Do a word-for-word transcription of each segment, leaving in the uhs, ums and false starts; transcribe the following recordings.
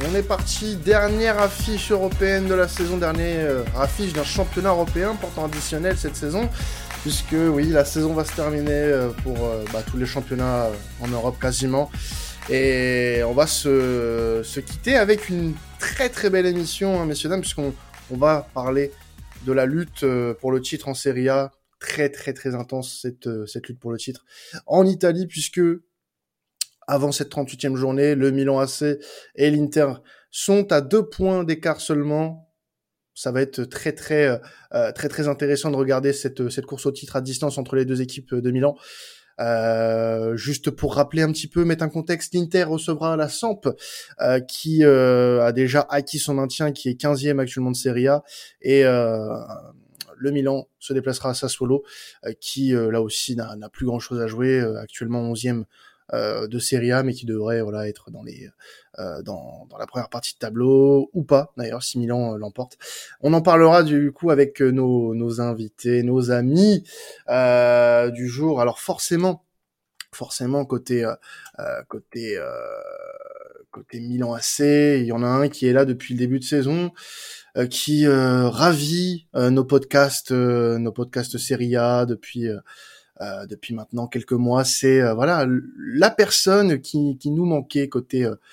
on est parti, dernière affiche européenne de la saison, dernière euh, affiche d'un championnat européen portant additionnel cette saison, puisque oui, la saison va se terminer euh, pour euh, bah, tous les championnats euh, en Europe quasiment, et on va se, se quitter avec une très très belle émission, hein, messieurs dames, puisqu'on on va parler de la lutte euh, pour le titre en Serie A, très très très intense cette, euh, cette lutte pour le titre en Italie, puisque avant cette trente-huitième journée, le Milan A C et l'Inter sont à deux points d'écart seulement. Ça va être très très euh, très très intéressant de regarder cette cette course au titre à distance entre les deux équipes de Milan. Euh, juste pour rappeler un petit peu, mettre un contexte, l'Inter recevra la Samp euh, qui euh, a déjà acquis son maintien, qui est quinzième actuellement de Serie A, et euh, le Milan se déplacera à Sassuolo, euh, qui euh, là aussi n'a, n'a plus grand chose à jouer, euh, actuellement onzième Euh, de Serie A, mais qui devrait voilà être dans les euh, dans dans la première partie de tableau ou pas d'ailleurs si Milan euh, l'emporte. On en parlera du coup avec euh, nos nos invités, nos amis euh, du jour. Alors forcément forcément côté euh, euh, côté euh, côté Milan A C, il y en a un qui est là depuis le début de saison, euh, qui euh, ravit euh, nos podcasts euh, nos podcasts Serie A depuis euh, Euh, depuis maintenant quelques mois, c'est euh, voilà la personne qui, qui nous manquait côté euh,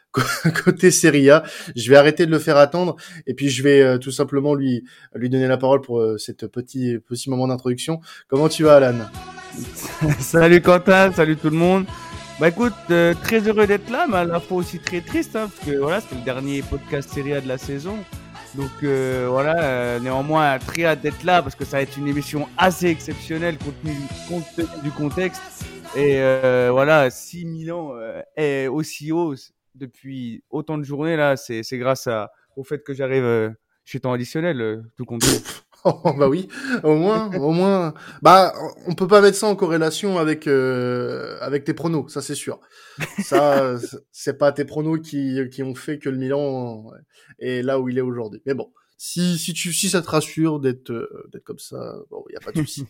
côté Serie A. Je vais arrêter de le faire attendre et puis je vais euh, tout simplement lui lui donner la parole pour euh, cette petit petit moment d'introduction. Comment tu vas, Alan? Salut Quentin, salut tout le monde. Bah écoute, euh, très heureux d'être là, mais à la fois aussi très triste, hein, parce que voilà, c'était le dernier podcast Serie A de la saison. Donc euh, voilà, euh, néanmoins très hâte d'être là parce que ça va être une émission assez exceptionnelle compte tenu, compte tenu du contexte. Et euh, voilà, si Milan euh, est aussi haut depuis autant de journées là, c'est, c'est grâce à, au fait que j'arrive euh, chez temps additionnel, euh, tout compte fait. Oh, bah oui, au moins, au moins. Bah, on peut pas mettre ça en corrélation avec euh, avec tes pronos, ça c'est sûr. Ça, c'est pas tes pronos qui qui ont fait que le Milan est là où il est aujourd'hui. Mais bon, si si tu si ça te rassure d'être euh, d'être comme ça, bon, il y a pas de souci.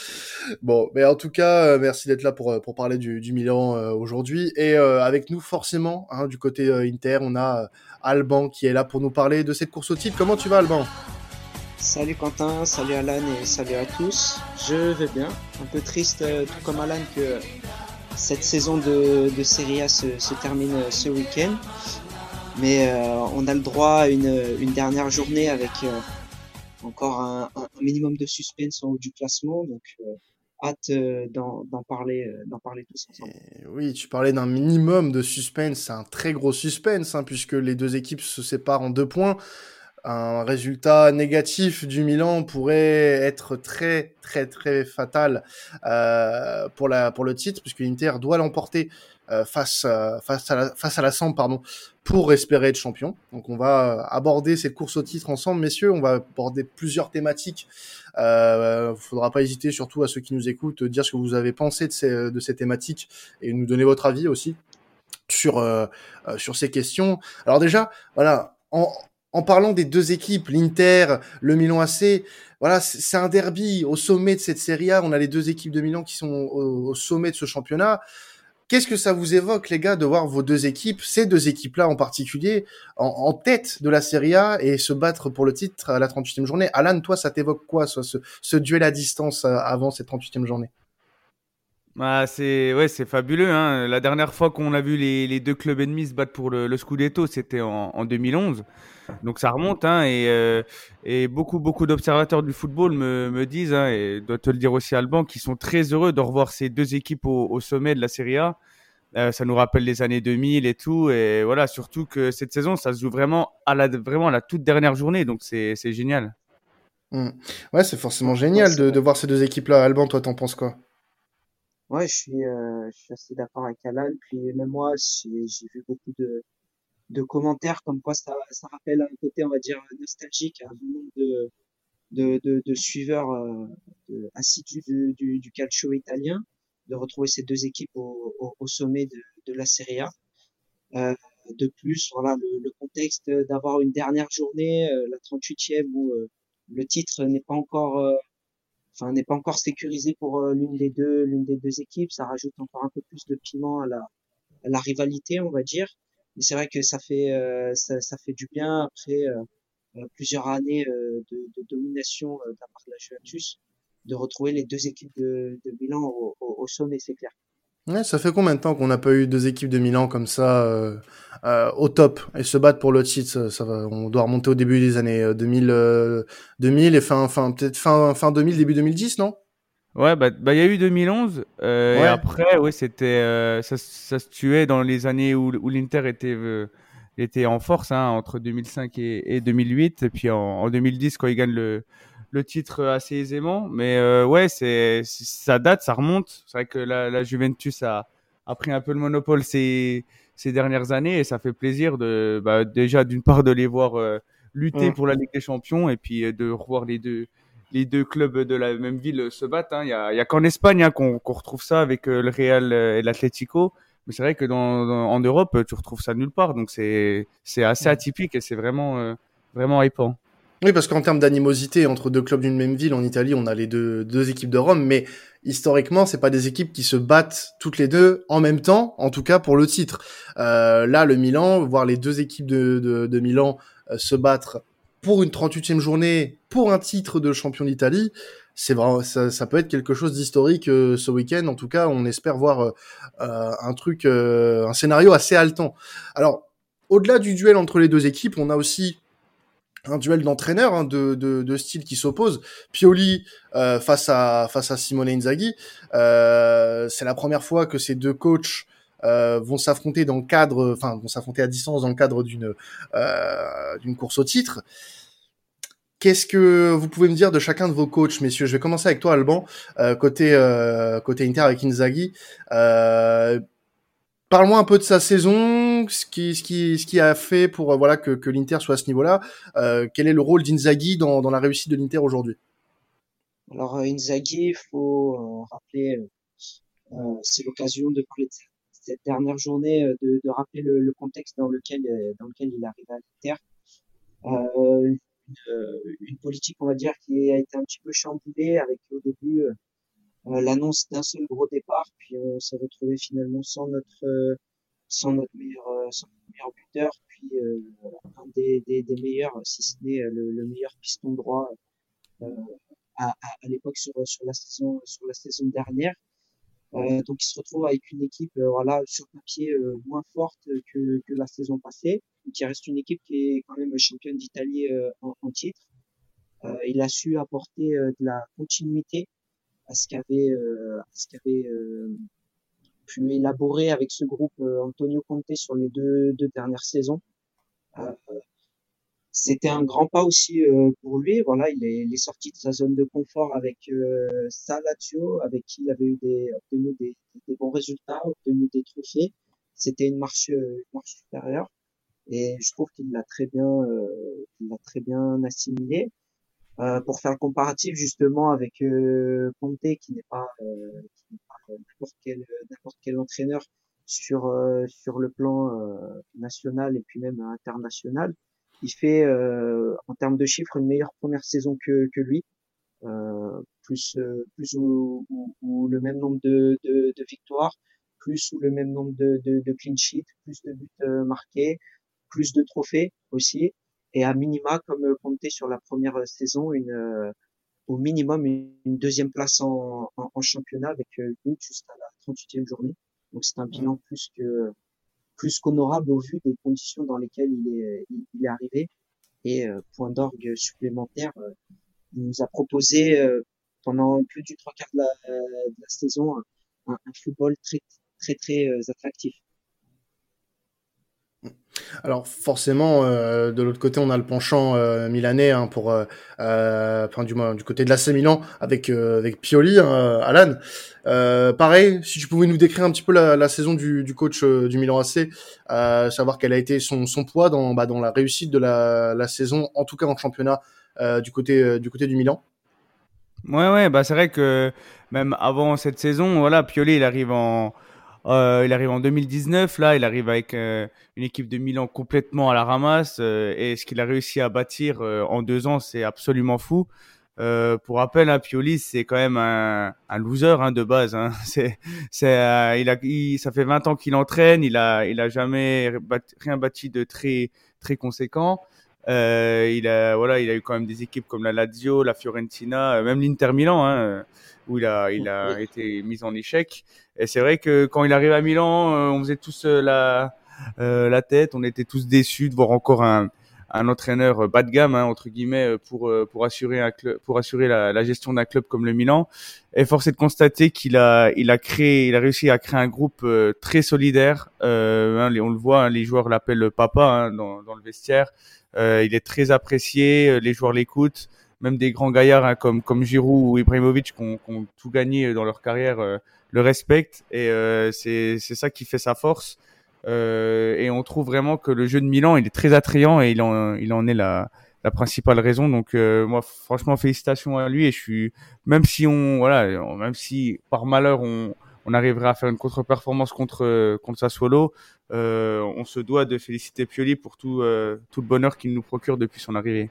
Bon, mais en tout cas, euh, merci d'être là pour pour parler du du Milan euh, aujourd'hui, et euh, avec nous forcément, hein, du côté euh, Inter, on a euh, Alban qui est là pour nous parler de cette course au titre. Comment tu vas, Alban? Salut Quentin, salut Alan et salut à tous. Je vais bien. Un peu triste, euh, tout comme Alan, que cette saison de, de Serie A se, se termine euh, ce week-end. Mais euh, on a le droit à une, une dernière journée avec euh, encore un, un minimum de suspense en haut du classement. Donc euh, hâte euh, d'en, d'en parler, euh, d'en parler tous ensemble. Et oui, tu parlais d'un minimum de suspense, c'est un très gros suspense, hein, puisque les deux équipes se séparent en deux points. Un résultat négatif du Milan pourrait être très très très fatal euh, pour la pour le titre, puisque l'Inter doit l'emporter euh, face euh, face à la face à la Samp, pardon, pour espérer être champion. Donc on va aborder cette course au titre ensemble, messieurs. On va aborder plusieurs thématiques. Euh, faudra pas hésiter, surtout à ceux qui nous écoutent, de dire ce que vous avez pensé de ces de ces thématiques et nous donner votre avis aussi sur euh, euh, sur ces questions. Alors déjà, voilà, en en parlant des deux équipes, l'Inter, le Milan A C, voilà, c'est un derby au sommet de cette Serie A. On a les deux équipes de Milan qui sont au, au sommet de ce championnat. Qu'est-ce que ça vous évoque, les gars, de voir vos deux équipes, ces deux équipes-là en particulier, en, en tête de la Serie A et se battre pour le titre à la trente-huitième journée? Alan, toi, ça t'évoque quoi, ce, ce, ce duel à distance avant cette trente-huitième journée? Bah, c'est ouais, c'est fabuleux, hein. La dernière fois qu'on a vu les, les deux clubs ennemis se battre pour le, le Scudetto, c'était en, en deux mille onze. Donc ça remonte, hein, et, euh, et beaucoup, beaucoup d'observateurs du football me, me disent, hein, et doit te le dire aussi Alban, qu'ils sont très heureux de revoir ces deux équipes au, au sommet de la Serie A. Euh, ça nous rappelle les années deux mille et tout, et voilà, surtout que cette saison, ça se joue vraiment à la, vraiment à la toute dernière journée, donc c'est, c'est génial. Mmh. Ouais, c'est forcément Ouais, génial c'est de, vrai. de voir ces deux équipes-là. Alban, toi, t'en penses quoi? Ouais, je suis, euh, je suis assez d'accord avec Alan. Puis même moi, j'ai, j'ai vu beaucoup de, de commentaires comme quoi ça, ça rappelle un côté, on va dire, nostalgique à bon nombre de, de, de, de suiveurs euh, de, assidus du, du, du calcio italien, de retrouver ces deux équipes au, au, au sommet de, de la Serie A. Euh, de plus, voilà, le, le contexte d'avoir une dernière journée, euh, la trente-huitième, où euh, le titre n'est pas encore, euh, enfin, n'est pas encore sécurisé pour euh, l'une des deux, l'une des deux équipes, ça rajoute encore un peu plus de piment à la, à la rivalité, on va dire. mais c'est vrai que ça fait euh, ça, ça fait du bien après euh, euh, plusieurs années euh, de, de domination euh, de la part de la Juventus, de retrouver les deux équipes de, de Milan au, au, au sommet, c'est clair. Ouais, ça fait combien de temps qu'on n'a pas eu deux équipes de Milan comme ça euh, euh, au top et se battre pour le titre? Ça, ça va, on doit remonter au début des années euh, deux mille, euh, deux mille et fin, fin peut-être fin, fin deux mille, début deux mille dix, non? Ouais, bah, bah, il y a eu deux mille onze, euh, et Ouais. après, ouais, c'était, euh, ça, ça se tuait dans les années où, où l'Inter était, euh, était en force, hein, entre deux mille cinq et, et deux mille huit, et puis en, en deux mille dix, quand ils gagnent le, le titre assez aisément. Mais euh, ouais, c'est, c'est- ça date, ça remonte. C'est vrai que la, la Juventus a, a pris un peu le monopole ces, ces dernières années, et ça fait plaisir de, bah, déjà d'une part de les voir euh, lutter Mm. pour la Ligue des Champions, et puis euh, de revoir les deux les deux clubs de la même ville se battent, hein. Il y a, il y a qu'en Espagne, hein, qu'on qu'on retrouve ça avec euh, le Real euh, et l'Atlético. Mais c'est vrai que dans, dans- en Europe, tu retrouves ça nulle part. Donc c'est c'est assez atypique et c'est vraiment euh, vraiment hypant. Oui, parce qu'en termes d'animosité entre deux clubs d'une même ville, en Italie, on a les deux, deux équipes de Rome, mais historiquement, c'est pas des équipes qui se battent toutes les deux en même temps, en tout cas pour le titre. Euh, là, le Milan, voir les deux équipes de, de, de Milan euh, se battre pour une trente-huitième journée, pour un titre de champion d'Italie, c'est vraiment, ça, ça peut être quelque chose d'historique euh, ce week-end. En tout cas, on espère voir euh, euh, un truc, euh, un scénario assez haletant. Alors, au-delà du duel entre les deux équipes, on a aussi un duel d'entraîneurs, hein, de, de, de style qui s'opposent. Pioli euh, face à face à Simone Inzaghi, euh, c'est la première fois que ces deux coachs euh, vont s'affronter dans le cadre, enfin vont s'affronter à distance dans le cadre d'une euh, d'une course au titre. Qu'est-ce que vous pouvez me dire de chacun de vos coachs, messieurs? Je vais commencer avec toi, Alban, euh, côté euh, côté Inter avec Inzaghi. Euh, Parle-moi un peu de sa saison, ce qui, ce qui, ce qui a fait pour euh, voilà que, que l'Inter soit à ce niveau-là. Euh, quel est le rôle d'Inzaghi dans, dans la réussite de l'Inter aujourd'hui? Alors euh, Inzaghi, il faut euh, rappeler, euh, euh, c'est l'occasion de parler de cette cette dernière journée, euh, de, de rappeler le, le contexte dans lequel euh, dans lequel il arrive à l'Inter. Euh, une, euh, une politique, on va dire, qui a été un petit peu chamboulée avec au début euh, l'annonce d'un seul gros départ, puis on s'est retrouvé finalement sans notre euh, sans notre meilleur euh, sans notre meilleur buteur, puis euh, un des, des, des meilleurs, si ce n'est euh, le, le meilleur piston droit euh, à, à, à l'époque sur sur la saison sur la saison dernière. Euh, donc il se retrouve avec une équipe euh, voilà sur papier euh, moins forte que, que la saison passée, qui reste une équipe qui est quand même championne d'Italie euh, en, en titre. Euh, il a su apporter euh, de la continuité à ce qu'avait euh, à ce qu'avait euh, pu élaborer avec ce groupe euh, Antonio Conte sur les deux, deux dernières saisons. Euh, C'était un grand pas aussi euh, pour lui. Voilà, il est, il est sorti de sa zone de confort avec euh, sa Lazio, avec qui il avait eu des, obtenu des, des bons résultats, obtenu des trophées. C'était une marche, euh, une marche supérieure, et je trouve qu'il l'a très bien, euh, qu'il l'a très bien assimilé. Euh, pour faire le comparatif justement avec euh, Conte, qui n'est pas, euh, qui n'est pas euh, n'importe quel, n'importe quel entraîneur sur euh, sur le plan euh, national et puis même international. Il fait euh, en termes de chiffres une meilleure première saison que que lui, euh, plus euh, plus ou, ou- ou le même nombre de, de, de victoires, plus ou le même nombre de, de, de clean sheets, plus de buts euh, marqués, plus de trophées aussi, et à minima, comme euh, compté sur la première euh, saison, une euh, au minimum une, une deuxième place en, en, en championnat avec euh, but juste à la trente-huitième journée. Donc c'est un bilan plus que plus qu'honorable au vu des conditions dans lesquelles il est il, il est arrivé. Et euh, point d'orgue supplémentaire, euh, il nous a proposé euh, pendant plus du trois quarts de la, de la saison un, un football très très très euh, attractif. Alors forcément, euh, de l'autre côté, on a le penchant euh, milanais, hein, pour, euh, euh, enfin, du moins du côté de l'A C Milan avec euh, avec Pioli, hein, Alan. Euh, pareil, si tu pouvais nous décrire un petit peu la, la saison du, du coach euh, du Milan A C, euh, savoir quel a été son, son poids dans bah, dans la réussite de la, la saison, en tout cas en championnat euh, du côté euh, du côté du Milan. Ouais, ouais, bah c'est vrai que même avant cette saison, voilà, Pioli, il arrive en, euh, il arrive en deux mille dix-neuf, là, il arrive avec euh, une équipe de Milan complètement à la ramasse, euh, et ce qu'il a réussi à bâtir euh, en deux ans, c'est absolument fou. Euh, pour rappel, hein, Pioli, c'est quand même un, un loser hein, de base. Hein. C'est, c'est, euh, il a, il, ça fait vingt ans qu'il entraîne, il a, il a jamais bat- rien bâti de très, très conséquent. Euh, il a, voilà, il a eu quand même des équipes comme la Lazio, la Fiorentina, euh, même l'Inter Milan, hein, où il a, il a été mis en échec. Et c'est vrai que quand il arrive à Milan, euh, on faisait tous euh, la, euh, la tête, on était tous déçus de voir encore un un entraîneur bas de gamme hein, entre guillemets pour pour assurer un club, pour assurer la, la gestion d'un club comme le Milan. Et force est de constater qu'il a il a créé il a réussi à créer un groupe euh, très solidaire. Euh, hein, les, on le voit, hein, les joueurs l'appellent papa hein, dans dans le vestiaire. Euh, il est très apprécié, les joueurs l'écoutent. Même des grands gaillards hein, comme comme Giroud ou Ibrahimovic qui ont, qui ont tout gagné dans leur carrière euh, le respectent. Et euh, c'est c'est ça qui fait sa force. Euh, et on trouve vraiment que le jeu de Milan il est très attrayant et il en il en est la la principale raison. Donc euh, moi franchement félicitations à lui et je suis même si on voilà même si par malheur on on arriverait à faire une contre-performance contre contre Sassuolo, euh, on se doit de féliciter Pioli pour tout euh, tout le bonheur qu'il nous procure depuis son arrivée.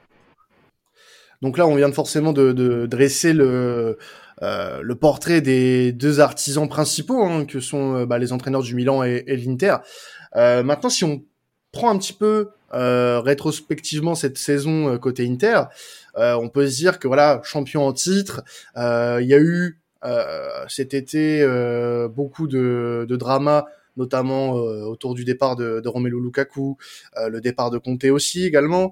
Donc là, on vient de forcément de, de dresser le, euh, le portrait des deux artisans principaux, hein, que sont euh, bah, les entraîneurs du Milan et, et l'Inter. Euh, maintenant, si on prend un petit peu euh, rétrospectivement cette saison euh, côté Inter, euh, on peut se dire que voilà, champion en titre, euh, il y a eu euh, cet été euh, beaucoup de, de drama, notamment euh, autour du départ de, de Romelu Lukaku, euh, le départ de Conte aussi également.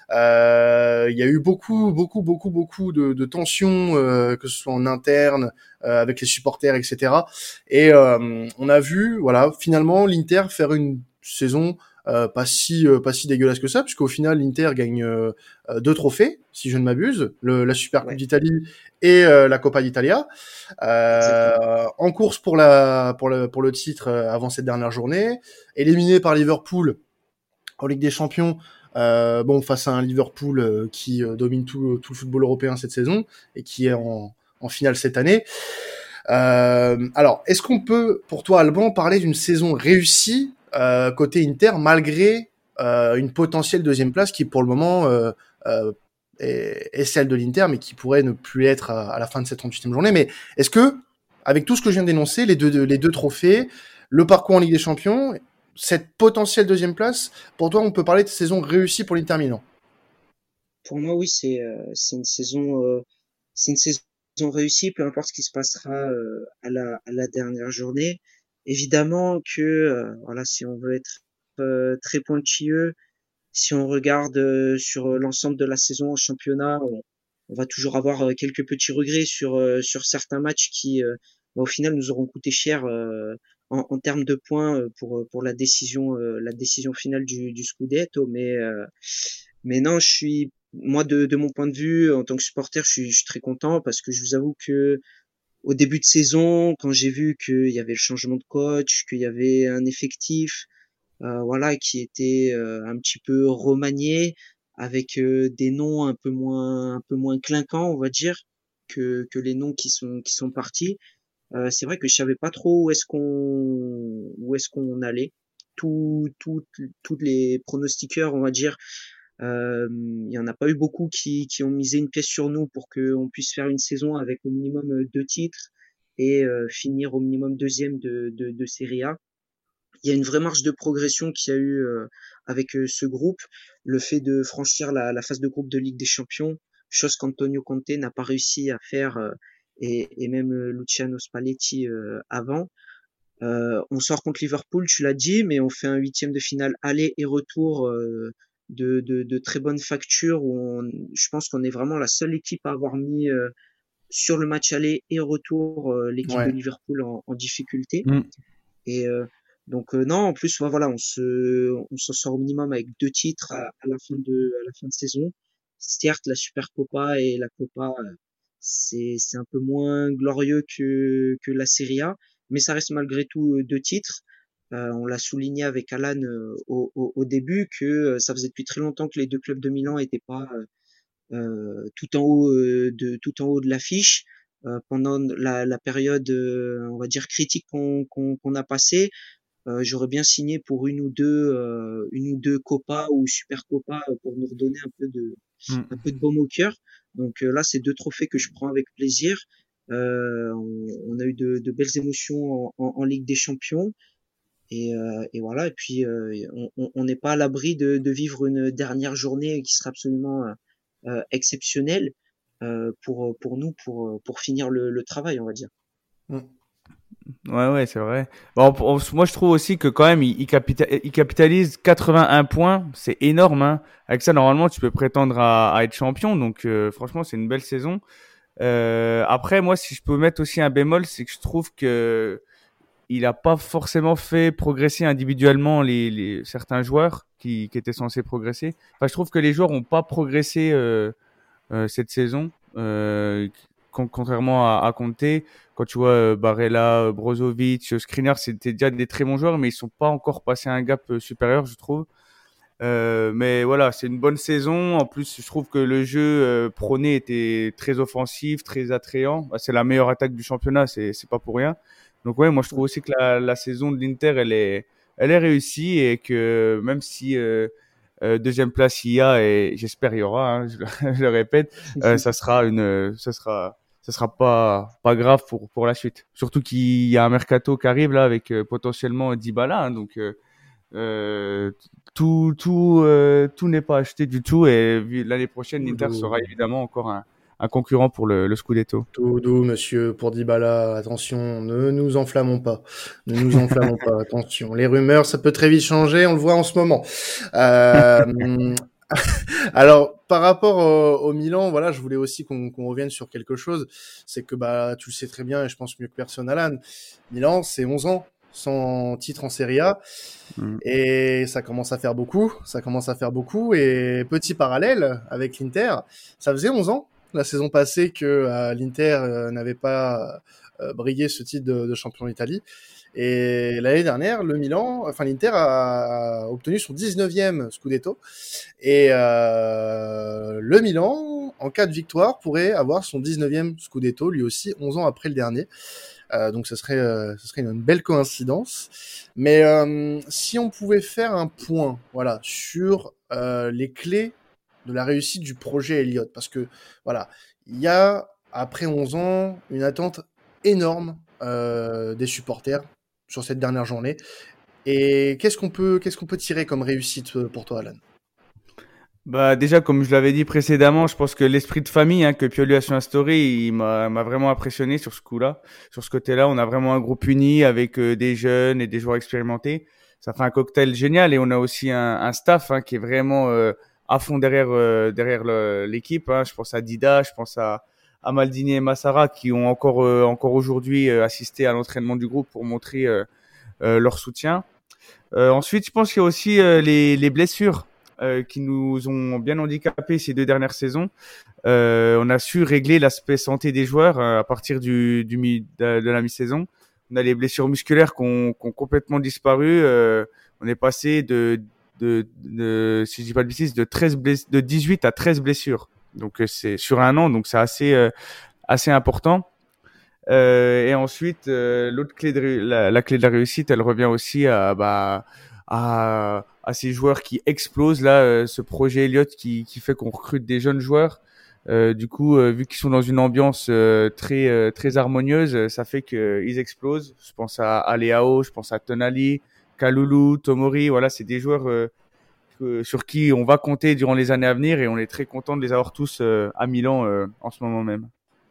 Euh, il y a eu beaucoup, beaucoup, beaucoup, beaucoup de, de tensions, euh, que ce soit en interne, euh, avec les supporters, et cetera. Et euh, on a vu, voilà, finalement l'Inter faire une saison euh, pas si euh, pas si dégueulasse que ça, puisqu'au final l'Inter gagne euh, deux trophées, si je ne m'abuse, le, la Super Coupe Ouais, d'Italie et euh, la Coppa d'Italia, exactement. euh, en course pour la pour le pour le titre euh, avant cette dernière journée, éliminé par Liverpool en Ligue des Champions. Euh, bon, face à un Liverpool euh, qui euh, domine tout, tout le football européen cette saison et qui est en, en finale cette année. Euh, alors, est-ce qu'on peut, pour toi, Alban, parler d'une saison réussie euh, côté Inter, malgré euh, une potentielle deuxième place qui, pour le moment, euh, euh, est, est celle de l'Inter, mais qui pourrait ne plus être à, à la fin de cette trente-huitième journée. Mais est-ce que, avec tout ce que je viens d'énoncer, les deux, les deux trophées, le parcours en Ligue des Champions, cette potentielle deuxième place, pour toi, on peut parler de saison réussie pour l'Inter Milan? Pour moi, oui, c'est euh, c'est une saison euh, c'est une saison réussie, peu importe ce qui se passera euh, à la à la dernière journée. Évidemment que euh, voilà, si on veut être euh, très pointilleux, si on regarde euh, sur l'ensemble de la saison en championnat, on, on va toujours avoir euh, quelques petits regrets sur euh, sur certains matchs qui euh, bah, au final nous auront coûté cher euh, en, en termes de points euh, pour pour la décision euh, la décision finale du du Scudetto. Mais euh, mais non, je suis moi de de mon point de vue en tant que supporter, je suis je suis très content parce que je vous avoue que au début de saison, quand j'ai vu qu'il y avait le changement de coach, qu'il y avait un effectif euh, voilà, qui était euh, un petit peu remanié avec euh, des noms un peu moins un peu moins clinquants, on va dire, que que les noms qui sont qui sont partis. Euh, c'est vrai que je savais pas trop où est-ce qu'on où est-ce qu'on allait. Tout, tout, tous les pronostiqueurs, on va dire, euh, il y en a pas eu beaucoup qui, qui ont misé une pièce sur nous pour qu'on puisse faire une saison avec au minimum euh, deux titres et euh, finir au minimum deuxième de, de, de Serie A. Il y a une vraie marge de progression qu'il y a eu euh, avec euh, ce groupe. Le fait de franchir la, la phase de groupe de Ligue des Champions, chose qu'Antonio Conte n'a pas réussi à faire euh, et, et même euh, Luciano Spalletti euh, avant. Euh, on sort contre Liverpool, tu l'as dit, mais on fait un huitième de finale aller et retour euh, de, de, de très bonne facture où on, je pense qu'on est vraiment la seule équipe à avoir mis euh, sur le match aller et retour euh, l'équipe de Ouais. Liverpool en, en difficulté. Mm. Et euh, donc euh, non, en plus ouais, voilà, on se on s'en sort au minimum avec deux titres à, à la fin de à la fin de saison. Certes, la Supercopa et la Copa euh, c'est c'est un peu moins glorieux que que la Serie A, mais ça reste malgré tout euh, deux titres. Euh, on l'a souligné avec Alan euh, au, au, au début que euh, ça faisait depuis très longtemps que les deux clubs de Milan étaient pas euh, euh, tout en haut euh, de tout en haut de l'affiche. Euh, pendant la, la période, euh, on va dire critique qu'on qu'on qu'on a passée, euh, j'aurais bien signé pour une ou deux, euh, une ou deux Copa ou Super Copa euh, pour nous redonner un peu de, Mm. un peu de baume au cœur. Donc euh, là, c'est deux trophées que je prends avec plaisir. Euh, on, on a eu de, de belles émotions en, en, en Ligue des Champions. Et, euh, et voilà. Et puis, euh, on on- on n'est pas à l'abri de, de vivre une dernière journée qui sera absolument euh, euh, exceptionnelle euh, pour, pour nous, pour, pour finir le, le travail, on va dire. Mm. Ouais, ouais, c'est vrai. Bon, pour- moi, je trouve aussi que quand même, il, il, capita- il capitalise quatre-vingt-un points. C'est énorme, hein. Avec ça, normalement, tu peux prétendre à, à être champion. Donc, euh, franchement, c'est une belle saison. Euh, après, moi, si je peux mettre aussi un bémol, c'est que je trouve que il a pas forcément fait progresser individuellement les, les certains joueurs qui, qui étaient censés progresser. Enfin, je trouve que les joueurs ont pas progressé euh, euh, cette saison, euh, con- contrairement à, à Conte. Quand tu vois euh, Barella, euh, Brozovic, euh, Skriniar, c'était déjà des très bons joueurs, mais ils sont pas encore passés un gap euh, supérieur, je trouve. Euh, mais voilà, c'est une bonne saison. En plus, je trouve que le jeu euh, prôné était très offensif, très attrayant. Bah, c'est la meilleure attaque du championnat, c'est c'est pas pour rien. Donc ouais, moi je trouve aussi que la, la saison de l'Inter, elle est elle est réussie et que même si euh, euh, deuxième place il y a et j'espère il y aura, hein, je, le je le répète, euh, ça sera une ça sera ça sera pas pas grave pour pour la suite. Surtout qu'il y a un mercato qui arrive là avec euh, potentiellement Dybala, hein, donc euh, euh, tout, tout, euh, tout n'est pas acheté du tout et vu- l'année prochaine, Tout l'Inter doux, sera évidemment encore un, un concurrent pour le, le Scudetto. tout doux, monsieur, pour Dybala. Attention, ne nous enflammons pas. Ne nous enflammons pas, attention. Les rumeurs, ça peut très vite changer, on le voit en ce moment. Euh, Alors, par rapport au, au Milan, voilà, je voulais aussi qu'on qu'on revienne sur quelque chose. C'est que, bah, tu le sais très bien, et je pense mieux que personne, Alan. Milan, c'est onze ans sans titre en Serie A. Mm. Et ça commence à faire beaucoup. Ça commence à faire beaucoup. Et petit parallèle avec l'Inter, ça faisait onze ans, la saison passée, que euh, l'Inter euh, n'avait pas euh, brigué ce titre de, de champion d'Italie. Et l'année dernière, le Milan, enfin l'Inter a, a obtenu son dix-neuvième Scudetto. Et euh, le Milan, en cas de victoire, pourrait avoir son dix-neuvième Scudetto, lui aussi, onze ans après le dernier. Euh, donc ce serait, euh, ce serait une belle coïncidence. Mais euh, si on pouvait faire un point, voilà, sur euh, les clés de la réussite du projet Elliott, parce que voilà, il y a après onze ans une attente énorme euh, des supporters sur cette dernière journée. Et qu'est-ce qu'on peut, qu'est-ce qu'on peut tirer comme réussite euh, pour toi, Alan? Bah déjà, comme je l'avais dit précédemment, je pense que l'esprit de famille hein, que Pioli a su instaurer, il m'a m'a vraiment impressionné sur ce coup-là, sur ce côté-là. On a vraiment un groupe uni avec euh, des jeunes et des joueurs expérimentés. Ça fait un cocktail génial et on a aussi un, un staff hein, qui est vraiment euh, à fond derrière euh, derrière le- l'équipe. Hein. Je pense à Dida, je pense à, à Maldini et Massara qui ont encore euh, encore aujourd'hui euh, assisté à l'entraînement du groupe pour montrer euh, euh, leur soutien. Euh, ensuite, je pense qu'il y a aussi euh, les, les blessures euh, qui nous ont bien handicapés ces deux dernières saisons. Euh, on a su régler l'aspect santé des joueurs euh, à partir du, du mi- de, de la mi-saison. On a les blessures musculaires qui ont, qui ont complètement disparu. Euh, on est passé de, de, de, si je dis pas de bêtises, de treize bless- de dix-huit à treize blessures. Donc euh, c'est sur un an, donc c'est assez euh, assez important. Euh, et ensuite, euh, l'autre clé de ré- la, la clé de la réussite, elle revient aussi à bah à, à ces joueurs qui explosent là, euh, ce projet Elliott qui qui fait qu'on recrute des jeunes joueurs. Euh, du coup, euh, vu qu'ils sont dans une ambiance euh, très euh, très harmonieuse, euh, ça fait qu'ils explosent. Je pense à Aleao, je pense à Tonali, Kalulu, Tomori. Voilà, c'est des joueurs euh, que- sur qui on va compter durant les années à venir et on est très content de les avoir tous euh, à Milan euh, en ce moment même.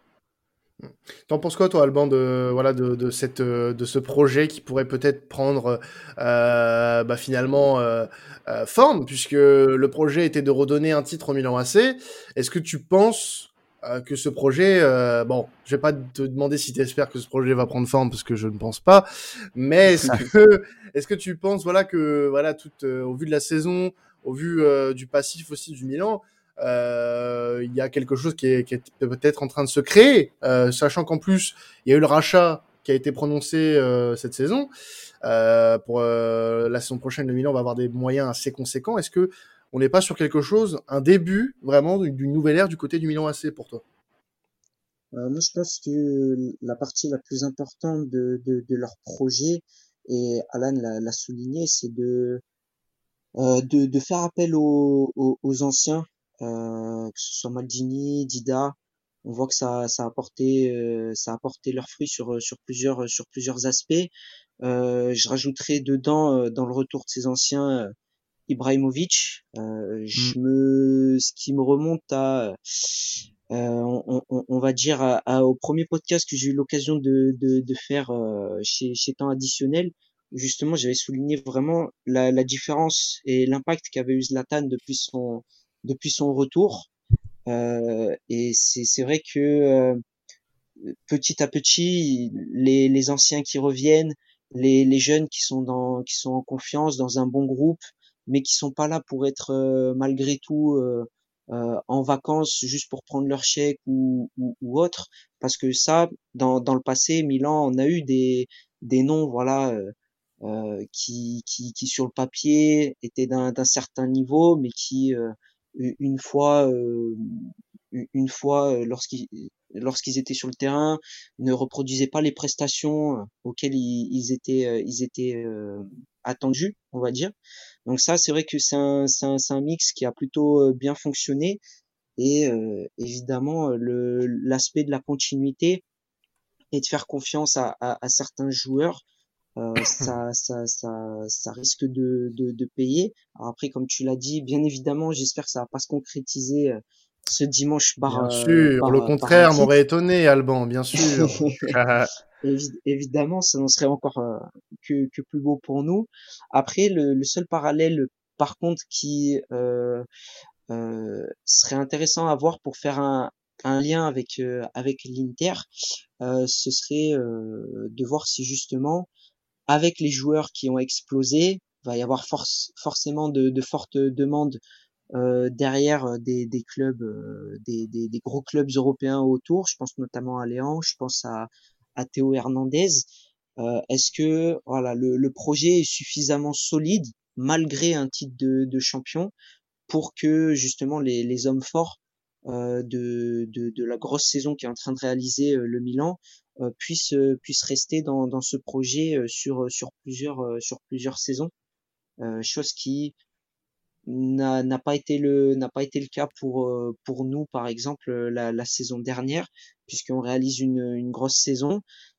T'en penses quoi, toi, Alban, de voilà de, de cette euh, de ce projet qui pourrait peut-être prendre euh, bah, finalement euh, euh, forme, puisque le projet était de redonner un titre au Milan A C. Est-ce que tu penses euh, que ce projet, euh, bon, je vais pas te demander si tu espères que ce projet va prendre forme, parce que je ne pense pas, mais est-ce que est-ce que tu penses voilà que voilà tout euh, au vu de la saison, au vu euh, du passif aussi du Milan, euh, il y a quelque chose qui est, qui est peut-être en train de se créer, euh, sachant qu'en plus, il y a eu le rachat qui a été prononcé euh, cette saison. Euh, pour euh, la saison prochaine, le Milan va avoir des moyens assez conséquents. Est-ce que on n'est pas sur quelque chose, un début vraiment d'une d'une nouvelle ère du côté du Milan A C pour toi? Euh, moi, je pense que la partie la plus importante de, de, de leur projet, et Alan l'a l'a souligné, c'est de, euh, de, de faire appel aux, aux, aux anciens, euh, que ce soit Maldini, Dida. On voit que ça, ça a porté, euh, ça a porté leurs fruits sur, sur plusieurs, sur plusieurs aspects. Euh, je rajouterai dedans, euh, dans le retour de ces anciens, euh, Ibrahimovic. Euh, Mm. je me, ce qui me remonte à, euh, on, on, on va dire à- à- au premier podcast que j'ai eu l'occasion de, de, de faire euh, chez, chez Temps Additionnel, où justement j'avais souligné vraiment la, la différence et l'impact qu'avait eu Zlatan depuis son, depuis son retour. Euh, et c'est, c'est vrai que euh, petit à petit, les, les anciens qui reviennent, les, les jeunes qui sont dans, qui sont en confiance dans un bon groupe, mais qui sont pas là pour être euh, malgré tout euh, euh, en vacances juste pour prendre leur chèque ou, ou, ou autre, parce que ça, dans, dans le passé, Milan, on a eu des, des noms, voilà, euh, euh, qui, qui, qui sur le papier étaient d'un, d'un certain niveau, mais qui euh, une fois, euh, une fois euh, lorsqu'ils lorsqu'ils étaient sur le terrain, ne reproduisaient pas les prestations euh, auxquelles ils, ils étaient, euh, ils étaient euh, attendus, on va dire. Donc ça, c'est vrai que c'est un, c'est un, c'est un mix qui a plutôt euh, bien fonctionné. Et euh, évidemment, le, l'aspect de la continuité et de faire confiance à, à, à certains joueurs, euh, ça, ça, ça, ça risque de, de, de payer. Alors après, comme tu l'as dit, bien évidemment, j'espère que ça va pas se concrétiser euh, ce dimanche par, Bien euh, sûr, le par, euh, par un contraire m'aurait titre. étonné, Alban, bien sûr. Évi- évidemment, ça en serait encore euh, que, que plus beau pour nous. Après, le, le seul parallèle, par contre, qui euh, euh, serait intéressant à voir pour faire un, un lien avec euh, avec l'Inter, euh, ce serait euh, de voir si justement, avec les joueurs qui ont explosé, va y avoir force, forcément de, de fortes demandes euh, derrière euh, des, des clubs, euh, des, des, des gros clubs européens autour. Je pense notamment à Léon, je pense à, à Théo Hernandez. Euh, est-ce que voilà le, le projet est suffisamment solide malgré un titre de, de champion pour que justement les, les hommes forts euh, de, de, de la grosse saison qui est en train de réaliser euh, le Milan euh, puissent, euh, puissent rester dans, dans ce projet euh, sur, sur, plusieurs, euh, sur plusieurs saisons, euh, chose qui n'a n'a pas été le n'a pas été le cas pour euh, pour nous par exemple euh, la, la saison dernière, puisqu'on réalise une, une grosse saison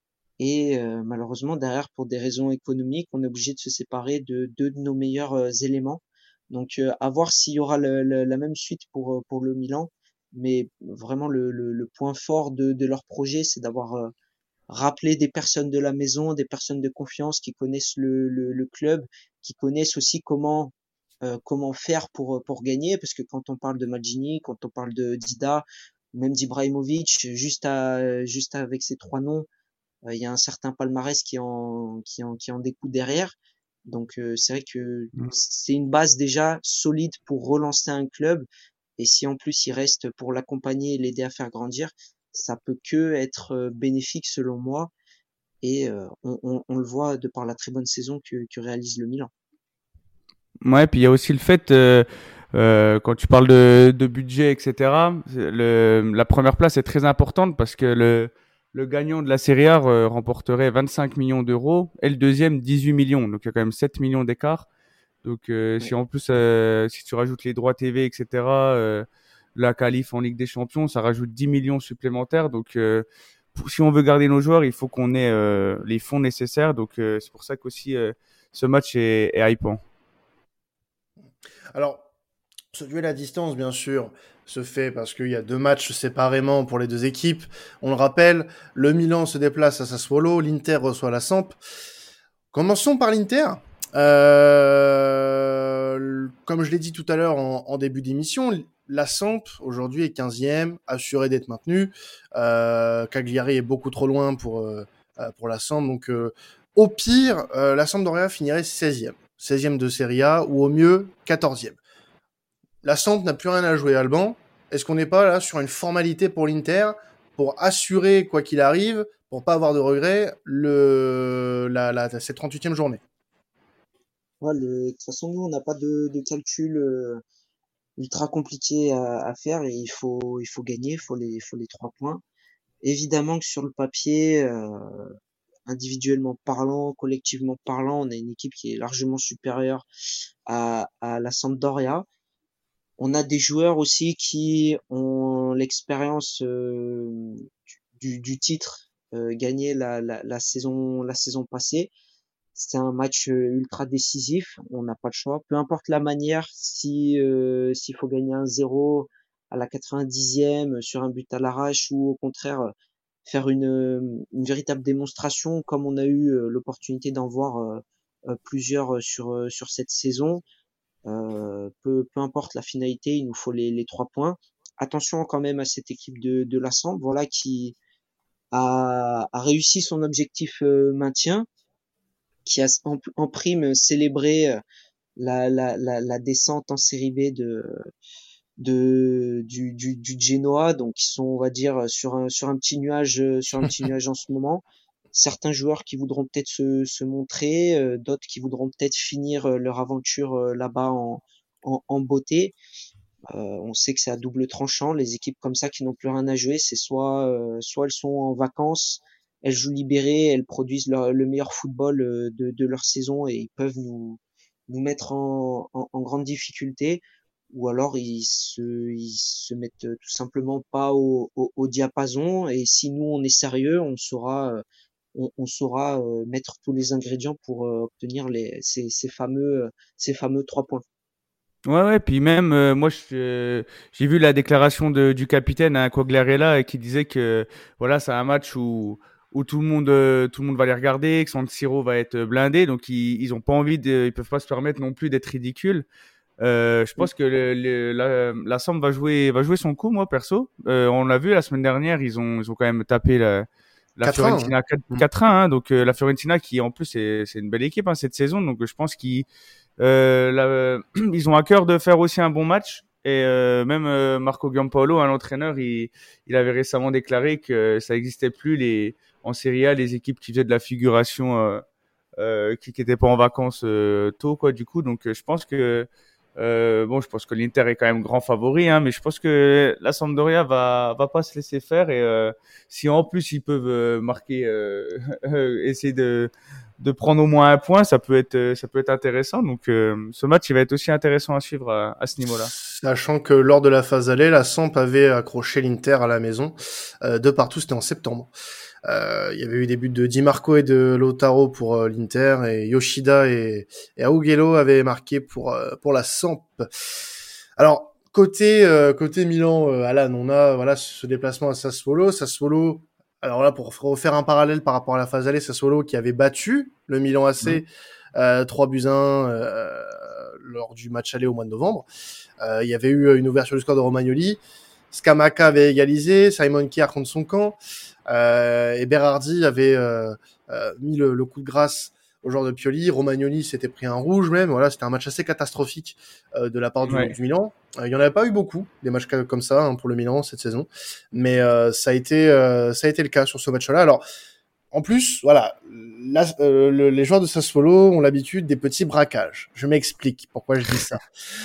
et euh, malheureusement derrière pour des raisons économiques on est obligé de se séparer de deux de nos meilleurs euh, éléments. Donc euh, à voir s'il y aura le- le- la même suite pour euh, pour le Milan, mais vraiment le, le, le point fort de, de leur projet c'est d'avoir euh, rappelé des personnes de la maison, des personnes de confiance qui connaissent le, le, le club, qui connaissent aussi comment euh, comment faire pour pour gagner, parce que quand on parle de Maldini, quand on parle de Dida, même d'Ibrahimovic, juste à juste avec ces trois noms, euh, il y a un certain palmarès qui en qui en qui en découle derrière. Donc euh, c'est vrai que c'est une base déjà solide pour relancer un club, et si en plus il reste pour l'accompagner et l'aider à faire grandir, ça peut que être euh, bénéfique selon moi. Et euh, on, on, on le voit de par la très bonne saison que, que réalise le Milan. Ouais, puis il y a aussi le fait, euh, euh, quand tu parles de, de budget, et cetera, c'est le, la première place est très importante parce que le, le gagnant de la Serie A euh, remporterait vingt-cinq millions d'euros et le deuxième dix-huit millions. Donc il y a quand même sept millions d'écart. Donc euh, Ouais. si en plus, euh, si tu rajoutes les droits T V, et cetera, euh, la qualif en Ligue des Champions, ça rajoute dix millions supplémentaires. Donc euh, pour- si on veut garder nos joueurs, il faut qu'on ait euh, les fonds nécessaires. Donc euh, c'est pour ça qu'aussi euh, ce match est, est hypant. Alors, ce duel à distance, bien sûr, se fait parce qu'il y a deux matchs séparément pour les deux équipes. On le rappelle, le Milan se déplace à Sassuolo, l'Inter reçoit la Samp. Commençons par l'Inter. Euh, comme je l'ai dit tout à l'heure en, en début d'émission, la Samp aujourd'hui est quinzième, assurée d'être maintenue. Euh, Cagliari est beaucoup trop loin pour, euh, pour la Samp, donc euh, au pire, euh, la Sampdoria finirait seizième. seizième de Serie A, ou au mieux quatorzième. La Samp n'a plus rien à jouer, Alban. Est-ce qu'on n'est pas là sur une formalité pour l'Inter pour assurer, quoi qu'il arrive, pour pas avoir de regrets, le, la, la, cette trente-huitième journée? Ouais, le, de toute façon, nous, on n'a pas de, de calcul euh, ultra compliqué à, à faire, et il faut, il faut gagner, il faut les, il faut les trois points. Évidemment que sur le papier, euh, individuellement parlant, collectivement parlant, on a une équipe qui est largement supérieure à, à la Sampdoria. on a des joueurs aussi qui ont l'expérience euh, du, du titre euh, gagné la, la, la saison la saison passée. C'est un match euh, ultra décisif, on n'a pas le choix. Peu importe la manière, si euh, s'il faut gagner un zéro à la quatre-vingt-dixième sur un but à l'arrache ou au contraire euh, faire une, euh, une véritable démonstration comme on a eu euh, l'opportunité d'en voir euh, euh, plusieurs euh, sur euh, sur cette saison. Euh, peu, peu importe la finalité, il nous faut les, les trois points. Attention quand même à cette équipe de, de l'Assemble, voilà, qui a, a réussi son objectif euh, maintien, qui a en, en prime célébré euh, la, la, la, la descente en série B de, de du, du, du Genoa, donc ils sont, on va dire, sur un, sur un petit nuage, euh, sur un petit nuage en ce moment. Certains joueurs qui voudront peut-être se, se montrer, euh, d'autres qui voudront peut-être finir euh, leur aventure euh, là-bas en, en, en beauté. Euh, on sait que c'est à double tranchant. Les équipes comme ça qui n'ont plus rien à jouer, c'est soit, euh, soit elles sont en vacances, elles jouent libérées, elles produisent leur- le meilleur football euh, de, de leur saison et ils peuvent nous, nous mettre en, en, en grande difficulté, ou alors ils se, ils se mettent tout simplement pas au, au, au diapason. Et si nous on est sérieux, on saura, euh, on, on saura euh, mettre tous les ingrédients pour euh, obtenir les, ces, ces fameux, ces fameux trois points. Ouais, ouais, puis même, euh, moi, je, euh, j'ai vu la déclaration de, du capitaine, hein, Quagliarella, qui disait que, voilà, c'est un match où, où tout le monde, euh, tout le monde va les regarder, que San Siro va être blindé, donc ils, ils ont pas envie de, ils peuvent pas se permettre non plus d'être ridicules. Euh, je pense que le, le, la, la Samp va jouer, va jouer son coup, moi, perso. Euh, on l'a vu la semaine dernière, ils ont, ils ont quand même tapé la, la quatre un, Fiorentina hein. quatre un, hein, donc euh, la Fiorentina qui, en plus, c'est, c'est une belle équipe, hein, cette saison, donc je pense qu'ils, euh, la- ils ont à cœur de faire aussi un bon match. Et euh, même euh, Marco Giampaolo, un entraîneur, il, il avait récemment déclaré que ça n'existait plus les, en Serie A les équipes qui faisaient de la figuration, euh, euh, qui n'étaient pas en vacances euh, tôt, quoi. Du coup, donc euh, je pense que euh, bon, je pense que l'Inter est quand même grand favori, hein, mais je pense que la Sampdoria va va pas se laisser faire. Et euh, si en plus ils peuvent euh, marquer, euh, essayer de de prendre au moins un point, ça peut être, euh, ça peut être intéressant. Donc, euh, ce match, il va être aussi intéressant à suivre à, à ce niveau-là. Sachant que lors de la phase aller, la Samp avait accroché l'Inter à la maison euh, de partout, c'était en septembre. Euh, il y avait eu des buts de Di Marco et de Lautaro pour euh, l'Inter, et Yoshida et, et Augello avaient marqué pour euh, pour la Samp. Alors côté euh, côté Milan, euh, Alan, on a voilà ce déplacement à Sassuolo, Sassuolo. Alors là, pour refaire un parallèle par rapport à la phase aller, Sassuolo qui avait battu le Milan A C mmh. euh, trois buts à un euh, lors du match aller au mois de novembre. Euh, il y avait eu une ouverture du score de Romagnoli. Scamacca avait égalisé, Simon Kjær contre son camp, euh, et Berardi avait euh, euh, mis le, le coup de grâce au joueur de Pioli. Romagnoli s'était pris un rouge même. Voilà, c'était un match assez catastrophique euh, de la part du, Ouais. du Milan. Euh, il y en avait pas eu beaucoup des matchs comme ça hein, pour le Milan cette saison, mais euh, ça a été euh, ça a été le cas sur ce match-là. Alors en plus, voilà, là, euh, le, les joueurs de Sassuolo ont l'habitude des petits braquages. Je m'explique pourquoi je dis ça.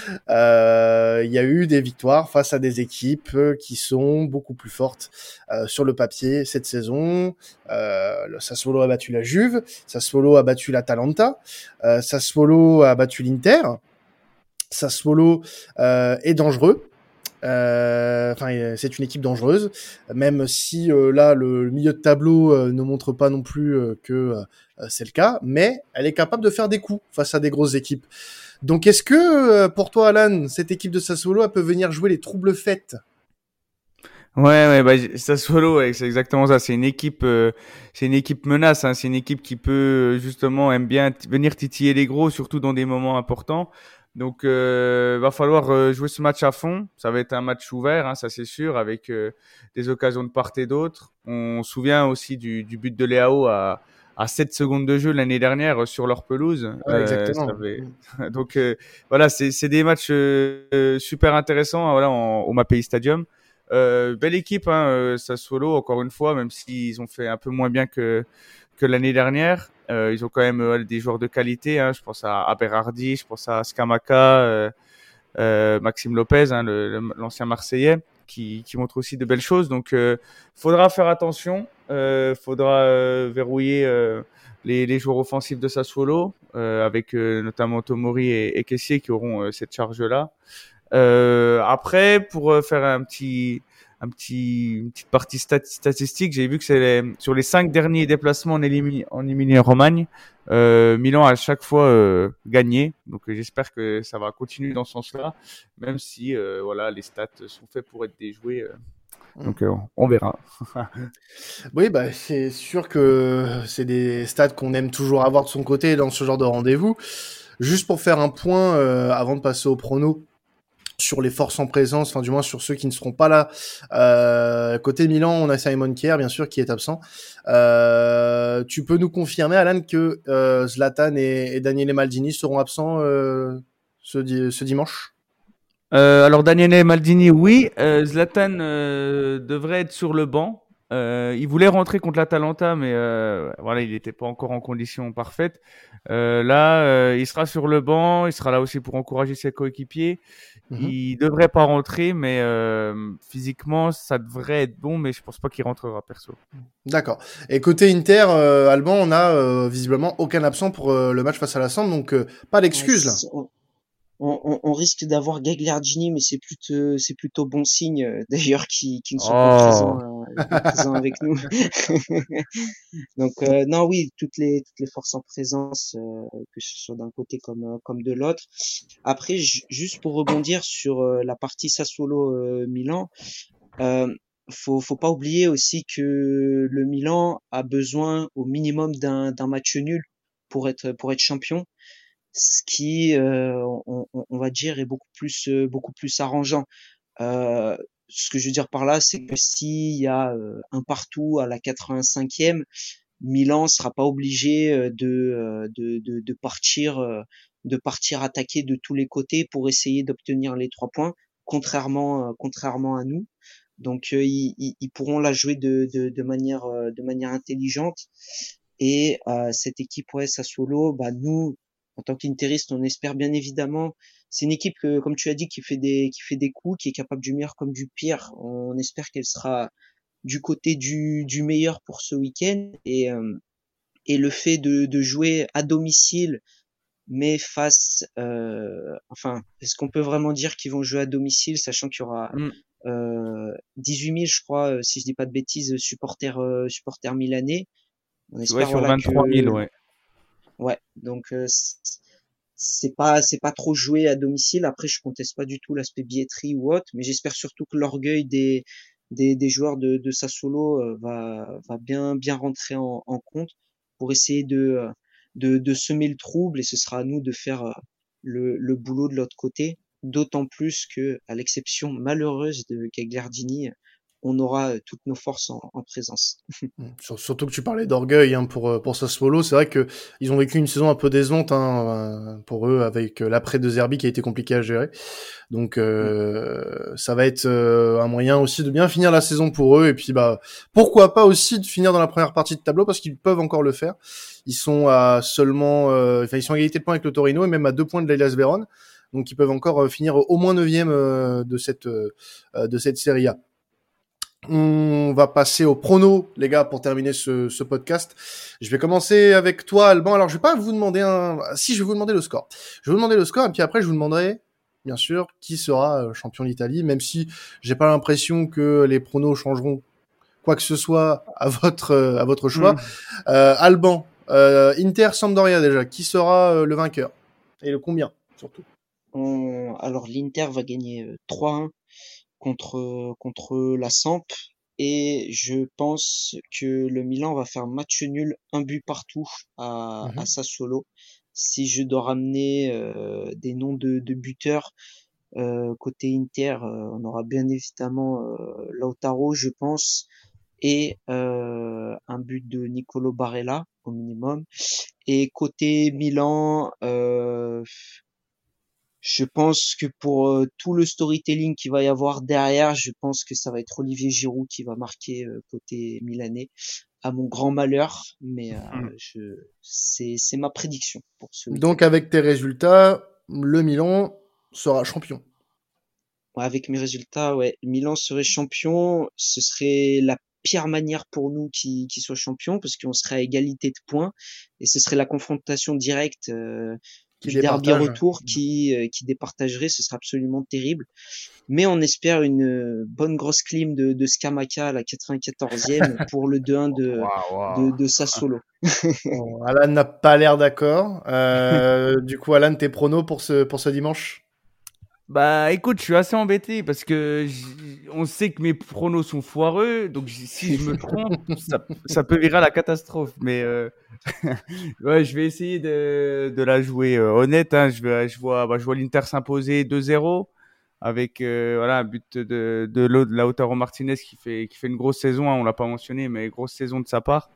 Euh, il y a eu des victoires face à des équipes qui sont beaucoup plus fortes euh, sur le papier cette saison. Euh, le Sassuolo a battu la Juve, Sassuolo a battu l'Atalanta, euh, Sassuolo a battu l'Inter. Sassuolo euh, est dangereux. Euh, enfin, c'est une équipe dangereuse, même si euh, là le, le milieu de tableau euh, ne montre pas non plus euh, que euh, c'est le cas, mais elle est capable de faire des coups face à des grosses équipes. Donc, est-ce que euh, pour toi, Alan, cette équipe de Sassuolo elle peut venir jouer les troubles fêtes? Ouais, ouais, bah Sassuolo, ouais, c'est exactement ça. C'est une équipe, euh, c'est une équipe menace. Hein. C'est une équipe qui peut justement aime bien t- venir titiller les gros, surtout dans des moments importants. Donc, euh, va falloir euh, jouer ce match à fond. Ça va être un match ouvert, hein, ça c'est sûr, avec euh, des occasions de part et d'autre. On se souvient aussi du, du but de Leao à, à sept secondes de jeu l'année dernière euh, sur leur pelouse. Ouais, Euh, ça exactement. avait... Donc, euh, voilà, c'est, c'est des matchs euh, super intéressants, hein, voilà, en, au Mapei Stadium. Euh, belle équipe, hein, euh, Sassuolo, encore une fois, même s'ils ont fait un peu moins bien que que l'année dernière. Euh, ils ont quand même euh, des joueurs de qualité. Hein. Je pense à, à Berardi, je pense à Scamacca, euh, euh, Maxime Lopez, hein, le, le, l'ancien Marseillais, qui, qui montre aussi de belles choses. Donc, euh, faudra faire attention. Euh, faudra euh, verrouiller euh, les, les joueurs offensifs de Sassuolo, euh, avec euh, notamment Tomori et, et Kessié qui auront euh, cette charge-là. Euh, après, pour euh, faire un petit, un petit, une petite partie stat- statistique, j'ai vu que c'est les- sur les cinq derniers déplacements en Émi- en Émilie-Romagne, euh, Milan a à chaque fois euh, gagné. Donc, euh, j'espère que ça va continuer dans ce sens-là, même si euh, voilà, les stats sont faits pour être déjoués. euh. Donc, euh, on verra. Oui, bah, c'est sûr que c'est des stats qu'on aime toujours avoir de son côté dans ce genre de rendez-vous. Juste pour faire un point, euh, avant de passer au prono, sur les forces en présence, enfin du moins sur ceux qui ne seront pas là. Euh, côté Milan, on a Simon Kjær, bien sûr, qui est absent. Euh, tu peux nous confirmer, Alan, que euh, Zlatan et, et Daniele Maldini seront absents euh, ce, di- ce dimanche? Euh, alors Daniele Maldini, oui. Euh, Zlatan euh, devrait être sur le banc. Euh, il voulait rentrer contre l'Atalanta, mais euh, voilà, il n'était pas encore en condition parfaite. Euh, là, euh, il sera sur le banc. Il sera là aussi pour encourager ses coéquipiers. Mhm. Il devrait pas rentrer, mais euh, physiquement, ça devrait être bon, mais je pense pas qu'il rentrera perso. D'accord. Et côté Inter, euh, Alban, on a euh, visiblement aucun absent pour euh, le match face à la Samp, donc euh, pas Ouais, d'excuses là. c'est- on, on, on- on risque d'avoir Gagliardini, mais c'est plutôt, c'est plutôt bon signe, euh, d'ailleurs, qui, qui ne soit pas Oh, présent, euh, pas présent avec nous. Donc, euh, non, oui, toutes les, toutes les forces en présence, euh, que ce soit d'un côté comme, euh, comme de l'autre. Après, ju- juste pour rebondir sur euh, la partie Sassuolo-Milan, euh, faut, faut pas oublier aussi que le Milan a besoin au minimum d'un, d'un match nul pour être, pour être champion, ce qui, euh, on, on- on va dire, est beaucoup plus, euh, beaucoup plus arrangeant. Euh, ce que je veux dire par là, c'est que s'il y a euh, un partout à la quatre-vingt-cinquième, Milan sera pas obligé euh, de, euh, de, de, de partir, euh, de partir attaquer de tous les côtés pour essayer d'obtenir les trois points, contrairement, euh, contrairement à nous. Donc euh, ils, ils- ils pourront la jouer de, de, de manière, euh, de manière intelligente. Et euh, cette équipe, ouais, Sassuolo, bah nous, en tant qu'interistes, on espère bien évidemment. C'est une équipe que, comme tu as dit, qui fait des, qui fait des coups, qui est capable du meilleur comme du pire. On espère qu'elle sera du côté du, du meilleur pour ce week-end. Et, euh, et le fait de, de jouer à domicile, mais face, euh, enfin, est-ce qu'on peut vraiment dire qu'ils vont jouer à domicile, sachant qu'il y aura hmm. euh, dix-huit mille, je crois, euh, si je dis pas de bêtises, supporters, euh, supporters milanais. On Ouais, espère sur voilà vingt-trois mille, que, ouais. ouais, donc euh, c'est pas c'est pas trop joué à domicile. Après, je conteste pas du tout l'aspect billetterie ou autre, mais j'espère surtout que l'orgueil des des, des joueurs de, de Sassuolo euh, va va bien bien rentrer en, en compte pour essayer de euh, de de semer le trouble, et ce sera à nous de faire euh, le le boulot de l'autre côté. D'autant plus que, à l'exception malheureuse de Gagliardini, on aura euh, toutes nos forces en, en présence. Mm. Sur- Surtout que tu parlais d'orgueil hein, pour euh, pour Sassuolo, c'est vrai que ils ont vécu une saison un peu décevante hein, euh, pour eux avec euh, l'après de Zerbi qui a été compliqué à gérer. Donc Mm. euh, ça va être euh, un moyen aussi de bien finir la saison pour eux et puis bah pourquoi pas aussi de finir dans la première partie de tableau parce qu'ils peuvent encore le faire. Ils sont à seulement euh, enfin ils sont à égalité de points avec le Torino et même à deux points de l'Hellas Vérone. Donc ils peuvent encore euh, finir au moins neuvième euh, de cette euh, de cette Serie A. On va passer au prono, les gars, pour terminer ce, ce podcast. Je vais commencer avec toi, Alban. Alors, je vais pas vous demander un... Si, je vais vous demander le score. Je vais vous demander le score, et puis après, je vous demanderai, bien sûr, qui sera euh, champion d'Italie, même si j'ai pas l'impression que les pronos changeront quoi que ce soit à votre, euh, à votre choix. Hmm. Euh, Alban, euh, Inter Sampdoria déjà, qui sera euh, le vainqueur? Et le combien, surtout? On- alors l'Inter va gagner euh, trois un contre contre la Samp, et je pense que le Milan va faire match nul, un but partout à, à Mhm. Sassuolo. Si je dois ramener euh, des noms de, de buteurs euh, côté Inter, euh, on aura bien évidemment euh, Lautaro, je pense, et euh, un but de Nicolo Barella au minimum. Et côté Milan, euh, je pense que pour euh, tout le storytelling qu'il va y avoir derrière, je pense que ça va être Olivier Giroud qui va marquer euh, côté milanais, à mon grand malheur, mais euh, Hmm. je c'est c'est ma prédiction pour ce week-end. Donc, avec tes résultats, le Milan sera champion. Ouais, avec mes résultats, ouais, Milan serait champion, ce serait la pire manière pour nous qui qui soit champion, parce qu'on serait à égalité de points et ce serait la confrontation directe. euh, Qui du derby départage. retour qui, euh, qui départagerait, ce serait absolument terrible. Mais on espère une euh, bonne grosse clim de, de Scamacca à la quatre-vingt-quatorzième pour le deux un de, Waouh, de, de Sassuolo. Bon, Alan n'a pas l'air d'accord. Euh, du coup, Alan, tes pronos pour ce, pour ce dimanche? Bah écoute, je suis assez embêté parce que j- on sait que mes pronos sont foireux, donc j- si je me trompe, ça, ça peut virer à la catastrophe. Mais euh, ouais, je vais essayer de, de la jouer euh, honnête. Hein. Je, vais, je vois, bah, je vois l'Inter s'imposer deux zéro avec euh, voilà, un but de, de, l'au- de Lautaro Martinez qui fait, qui fait une grosse saison. Hein, on l'a pas mentionné, mais grosse saison de sa part.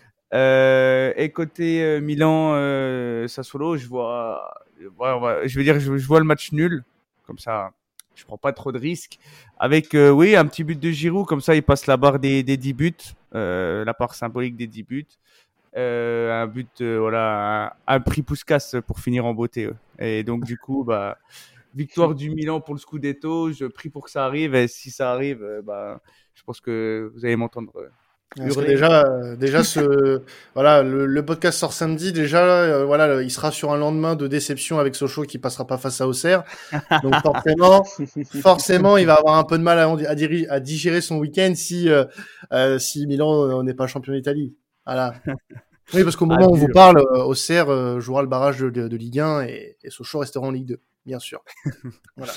Euh, et côté euh, Milan, euh, Sassuolo, je vois, ouais, on va- je veux dire, je, je vois le match nul. Comme ça, je prends pas trop de risques. Avec, euh, oui, un petit but de Giroud, comme ça, il passe la barre des, des dix buts, euh, la part symbolique des dix buts. Euh, un but, euh, voilà, un, un prix Puskas pour finir en beauté. Ouais. Et donc, du coup, bah, victoire du Milan pour le Scudetto. Je prie pour que ça arrive. Et si ça arrive, euh, bah, je pense que vous allez m'entendre euh, Parce que hurler. déjà, euh, déjà ce, voilà, le, le podcast sort samedi. Déjà, euh, voilà, il sera sur un lendemain de déception avec Sochaux qui passera pas face à Auxerre. Donc forcément, forcément, il va avoir un peu de mal à, à, diri- à digérer son week-end si, euh, euh, si Milan euh, n'est pas champion d'Italie. Voilà. Oui, parce qu'au Ah, moment où on vous dur. parle, euh, Auxerre euh, jouera le barrage de, de, de Ligue un et, et Sochaux restera en Ligue deux, bien sûr. Voilà.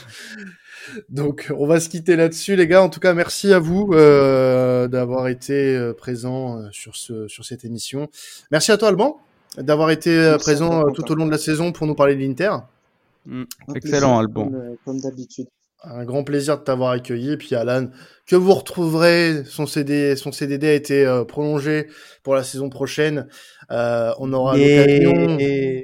Donc, on va se quitter là-dessus, les gars. En tout cas, merci à vous euh, d'avoir été euh, présents euh, sur ce sur cette émission. Merci à toi, Alban, d'avoir été euh, Merci à toi, présent euh, tout Quentin. au long de la saison pour nous parler de l'Inter. Mm. Un Excellent, plaisir, Alban. comme, euh, comme d'habitude. Un grand plaisir de t'avoir accueilli. Et puis Alan, que vous retrouverez, son C D, son C D D a été euh, prolongé pour la saison prochaine. Euh, on aura l'occasion, Yeah.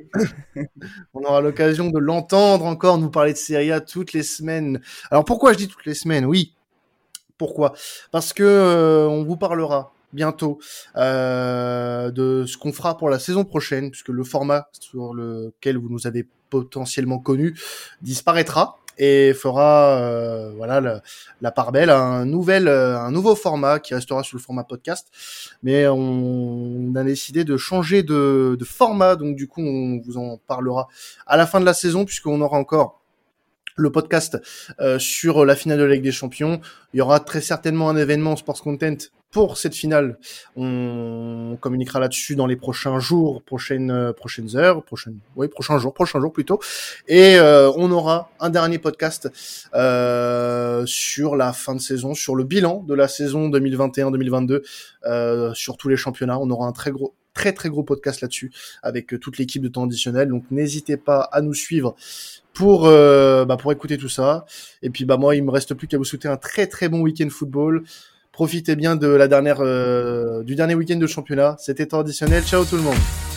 on aura l'occasion de l'entendre encore nous parler de Serie A toutes les semaines. Alors pourquoi je dis toutes les semaines? Oui, pourquoi? Parce que euh, on vous parlera bientôt euh, de ce qu'on fera pour la saison prochaine, puisque le format sur lequel vous nous avez potentiellement connu disparaîtra et fera euh, voilà la, la part belle à un nouvel euh, un nouveau format qui restera sur le format podcast, mais on, on a décidé de changer de, de format, donc du coup on vous en parlera à la fin de la saison, puisqu'on aura encore le podcast euh, sur la finale de la Ligue des Champions. Il y aura très certainement un événement Sports Content pour cette finale. On communiquera là-dessus dans les prochains jours, prochaines euh, prochaines heures, prochaines, oui, prochains jours, prochains jours plutôt. Et euh, on aura un dernier podcast euh, sur la fin de saison, sur le bilan de la saison deux mille vingt et un deux mille vingt-deux, euh, sur tous les championnats. On aura un très gros très très gros podcast là-dessus avec euh, toute l'équipe de temps additionnel. Donc n'hésitez pas à nous suivre pour euh, bah, pour écouter tout ça. Et puis bah moi il me reste plus qu'à vous souhaiter un très très bon week-end football. Profitez bien de la dernière euh, du dernier week-end de championnat. C'était temps additionnel. Ciao tout le monde.